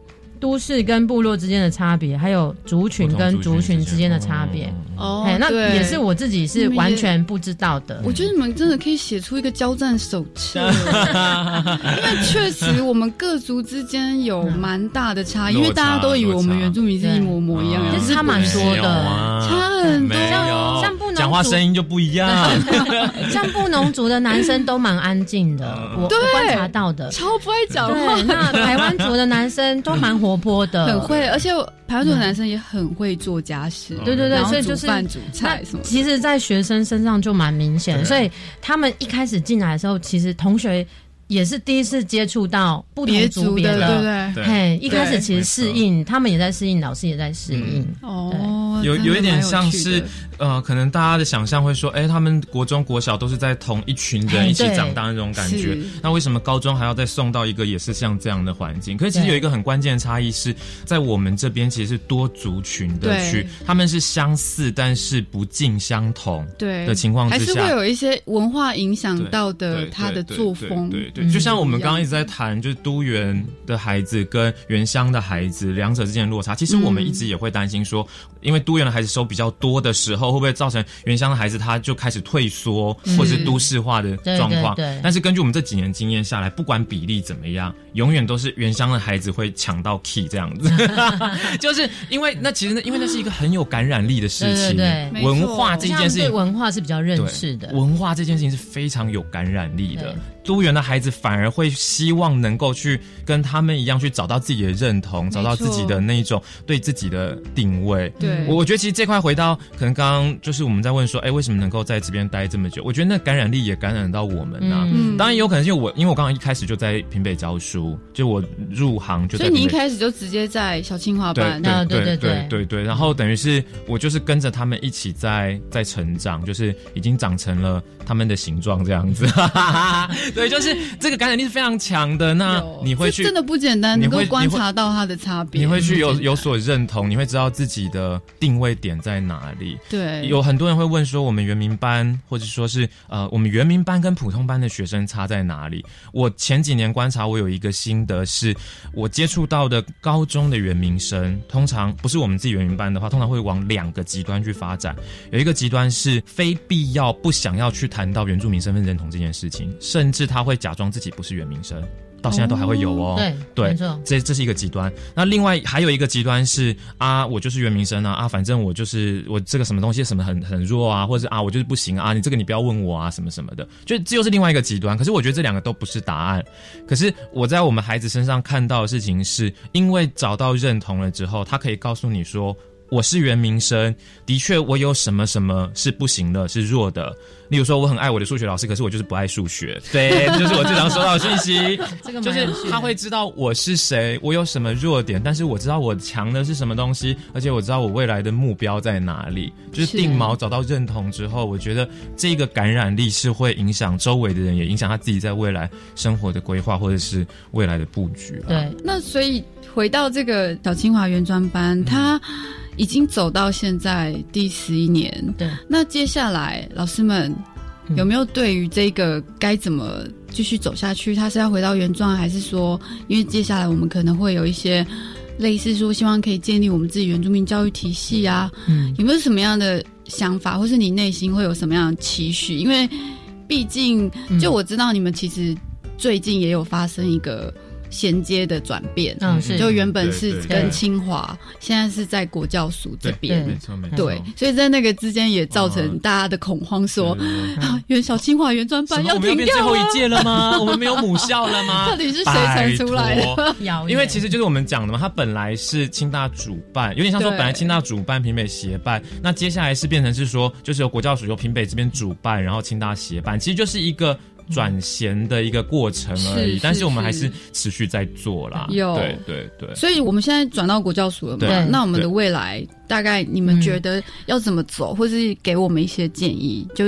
都市跟部落之间的差别，还有族群跟族群之间的差别。那也是我自己是完全不知道的。 我觉得你们真的可以写出一个交战手册，因为确实我们各族之间有蛮大的差异，因为大家都以为我们原住民是一模模一样， 其实差蛮多的， 差很多。 像布农族讲话声音就不一样， 像布农族的男生都蛮安静的，我观察到的， 超不爱讲话。 那排湾族的男生都蛮活泼的， 很会，而且排湾族的男生也很会做家事， 对，所以就是煮饭煮菜什么。 其实，在学生身上就蛮明显，所以他们一开始进来的时候，其实同学也是第一次接触到不同族别的， 对不对？ 嘿，一开始其实适应，他们也在适应，老师也在适应。 有一点像是可能大家的想象会说，他们国中国小都是在同一群人一起长大那种感觉，那为什么高中还要再送到一个也是像这样的环境？可是其实有一个很关键的差异是在我们这边其实是多族群的区，他们是相似但是不尽相同的情况之下， 还是会有一些文化影响到的他的作风。 对，就像我们刚刚一直在谈，就是都原的孩子跟原乡的孩子两者之间的落差，其实我们一直也会担心说，因为都原的孩子收比较多的时候，会不会造成原乡的孩子他就开始退缩，或者是都市化的状况？但是根据我们这几年经验下来，不管比例怎么样，永远都是原乡的孩子会抢到 key 这样子，就是因为那其实因为那是一个很有感染力的事情，文化这件事情， 对文化是比较认识的， 文化这件事情是非常有感染力的。都原的孩子反而会希望能够去跟他们一样去找到自己的认同，找到自己的那种对自己的定位。 对， 我觉得其实这块回到可能刚刚就是我们在问说，为什么能够在这边待这么久？我觉得那感染力也感染到我们啊。当然有可能是因为我刚刚一开始就在平北教书，就我入行就在平北， 所以你一开始就直接在小清华班。 对，然后等于是我就是跟着他们一起在成长，就是已经长成了他们的形状这样子。对，就是这个感染力是非常强的。那你会去真的不简单，能够观察到它的差别， 你会去有所认同，你会知道自己的定位点在哪里。 对， 有很多人会问说，我们原民班或者说是我们原民班跟普通班的学生差在哪里？我前几年观察，我有一个心得是，我接触到的高中的原民生，通常不是我们自己原民班的话，通常会往两个极端去发展。有一个极端是非必要不想要去谈到原住民身份认同这件事情，甚至他会假装自己不是原民生，到现在都还会有哦。对，没错，这是一个极端。那另外还有一个极端是我就是原民生啊，反正我就是我这个什么东西什么很弱啊，或者是我就是不行啊，你这个你不要问我啊，什么什么的，就这又是另外一个极端。可是我觉得这两个都不是答案。可是我在我们孩子身上看到的事情是，因为找到认同了之后，他可以告诉你说，我是原民生，的确我有什么什么是不行的，是弱的。例如说我很爱我的数学老师，可是我就是不爱数学。对，这就是我最常收到的讯息。就是他会知道我是谁，我有什么弱点，但是我知道我强的是什么东西，而且我知道我未来的目标在哪里。就是定锚找到认同之后，我觉得这个感染力是会影响周围的人，也影响他自己在未来生活的规划或者是未来的布局。 对，那所以回到这个小清华原专班，他已经走到现在第11年。 对， 那接下来老师们有没有对于这个该怎么继续走下去？他是要回到原状，还是说，因为接下来我们可能会有一些类似说希望可以建立我们自己原住民教育体系啊？有没有什么样的想法，或是你内心会有什么样的期许？因为毕竟，就我知道你们其实最近也有发生一个衔接的转变，就原本是跟清华，现在是在国教署这边， 没错， 对，所以在那个之间也造成大家的恐慌，说原小清华原专班要停掉最后一届了吗？我们没有母校了吗？ 到底是谁传出来的？ 因为其实就是我们讲的嘛，它本来是清大主办，有点像说本来清大主办，平北协办，那接下来是变成是说，就是由国教署由平北这边主办，然后清大协办，其实就是一个转衔的一个过程而已，但是我们还是持续在做啦。对， 所以我们现在转到国教署了嘛？那我们的未来大概你们觉得要怎么走，或是给我们一些建议？就是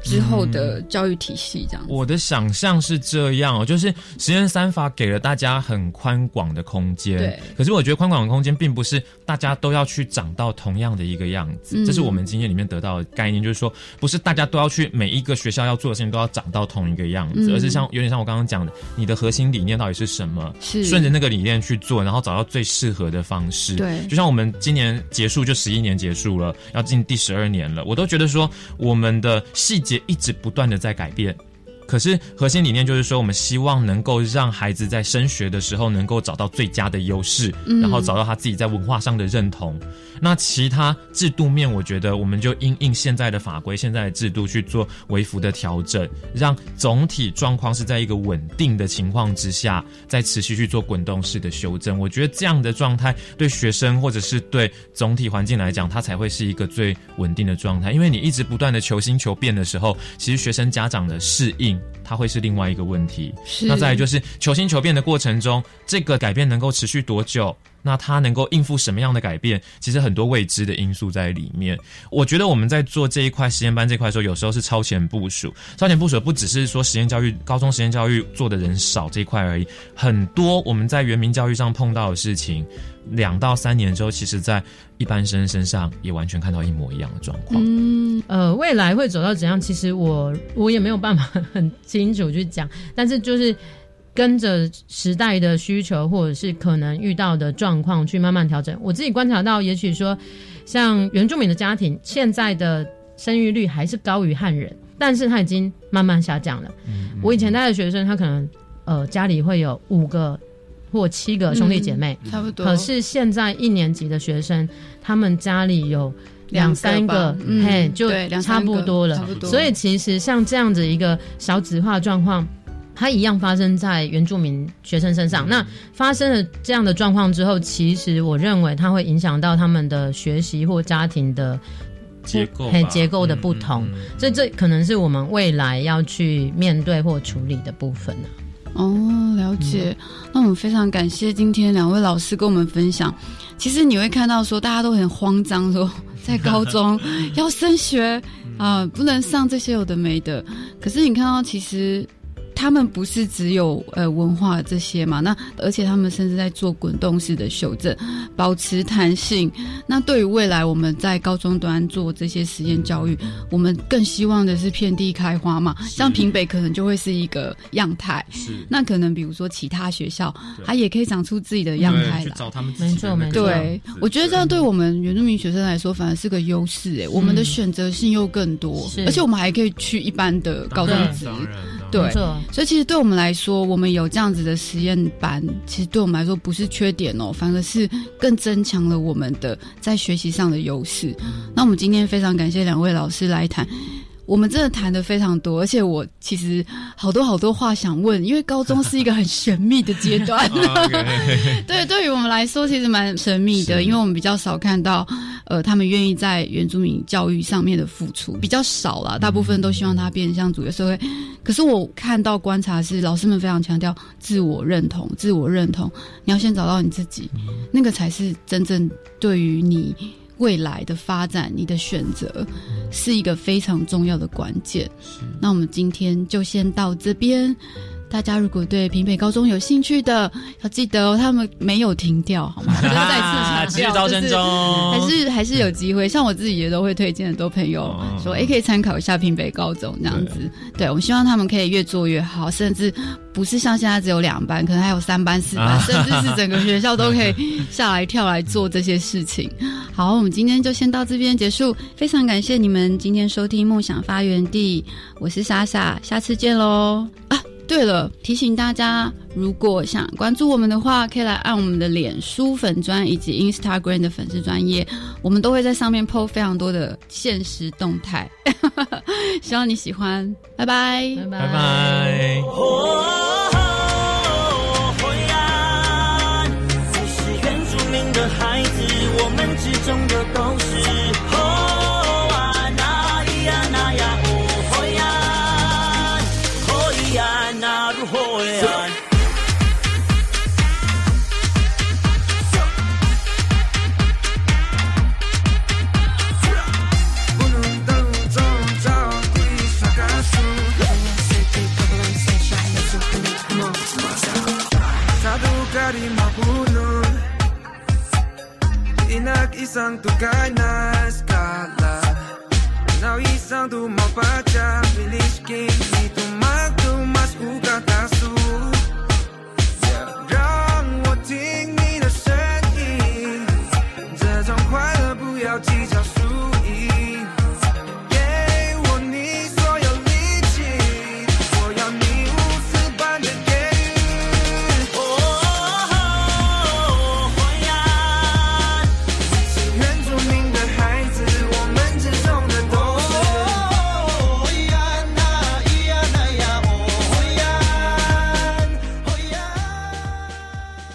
之后的教育体系这样。 我的想象是这样就是实验3法给了大家很宽广的空间， 对。 可是我觉得宽广的空间并不是大家都要去长到同样的一个样子，这是我们经验里面得到的概念，就是说不是大家都要去每一个学校要做的事情都要长到同一个样子，而是有点像我刚刚讲的，你的核心理念到底是什么，顺着那个理念去做，然后找到最适合的方式。 对， 就像我们今年结束就11年结束了，要进第12年了，我都觉得说我们的细节一直不断的在改变。可是核心理念就是说，我们希望能够让孩子在升学的时候能够找到最佳的优势，然后找到他自己在文化上的认同。那其他制度面，我觉得我们就因应现在的法规、现在的制度去做微幅的调整，让总体状况是在一个稳定的情况之下，再持续去做滚动式的修正。我觉得这样的状态对学生或者是对总体环境来讲，它才会是一个最稳定的状态。因为你一直不断的求新求变的时候，其实学生家长的适应它会是另外一个问题。那再来就是求新求变的过程中，这个改变能够持续多久，那它能够应付什么样的改变，其实很多未知的因素在里面。我觉得我们在做这一块实验班这块的时候，有时候是超前部署不只是说实验教育高中实验教育做的人少这一块而已，很多我们在原民教育上碰到的事情2到3年之后，其实在一般生身上也完全看到一模一样的状况。 未来会走到怎样，其实我也没有办法很清楚去讲，但是就是跟着时代的需求或者是可能遇到的状况去慢慢调整。我自己观察到，也许说像原住民的家庭现在的生育率还是高于汉人，但是它已经慢慢下降了。我以前带的学生，他可能家里会有5个或7个兄弟姐妹， 差不多。 可是现在1年级的学生，他们家里有2-3个，就差不多了。所以其实像这样子一个少子化状况，它一样发生在原住民学生身上。那发生了这样的状况之后，其实我认为它会影响到他们的学习或家庭的结构的不同，所以这可能是我们未来要去面对或处理的部分了解。那我们非常感谢今天2位老师跟我们分享。其实你会看到说大家都很慌张，说在高中要升学不能上这些有的没的。可是你看到其实他们不是只有文化这些嘛，那而且他们甚至在做滚动式的修正，保持弹性。那对于未来我们在高中端做这些实验教育，我们更希望的是遍地开花嘛。像屏北可能就会是一个样态，那可能比如说其他学校它也可以长出自己的样态来， 去找他们没错没错。 对，我觉得这样对我们原住民学生来说反而是个优势我们的选择性又更多，而且我们还可以去一般的高中职。对，所以其实对我们来说，我们有这样子的实验班，其实对我们来说不是缺点反而是更增强了我们的在学习上的优势。那我们今天非常感谢2位老师来谈，我们真的谈得非常多，而且我其实好多话想问，因为高中是一个很神秘的阶段对，对于我们来说其实蛮神秘的，因为我们比较少看到他们愿意在原住民教育上面的付出比较少啦，大部分都希望它变成像主流社会。可是我看到观察是老师们非常强调自我认同，你要先找到你自己，那个才是真正对于你未来的发展，你的选择是一个非常重要的关键。那我们今天就先到这边，大家如果对屏北高中有兴趣的，要记得他们没有停掉，好吗？我再次强调， 招生中， 还是有机会。像我自己也都会推荐很多朋友说，可以参考一下屏北高中这样子。对，我们希望他们可以越做越好，甚至不是像现在只有2班，可能还有3班、4班，甚至是整个学校都可以下来跳来做这些事情。好，我们今天就先到这边结束，非常感谢你们今天收听梦想发源地，我是莎莎，下次见咯。对了，提醒大家，如果想关注我们的话，可以来按我们的脸书粉专以及 Instagram 的粉丝专页，我们都会在上面 po 非常多的限时动态希望你喜欢，拜拜拜拜。才是原住民的孩子，我们之中的都是 isang tugay na eskala Now isang dumapat sa bilis king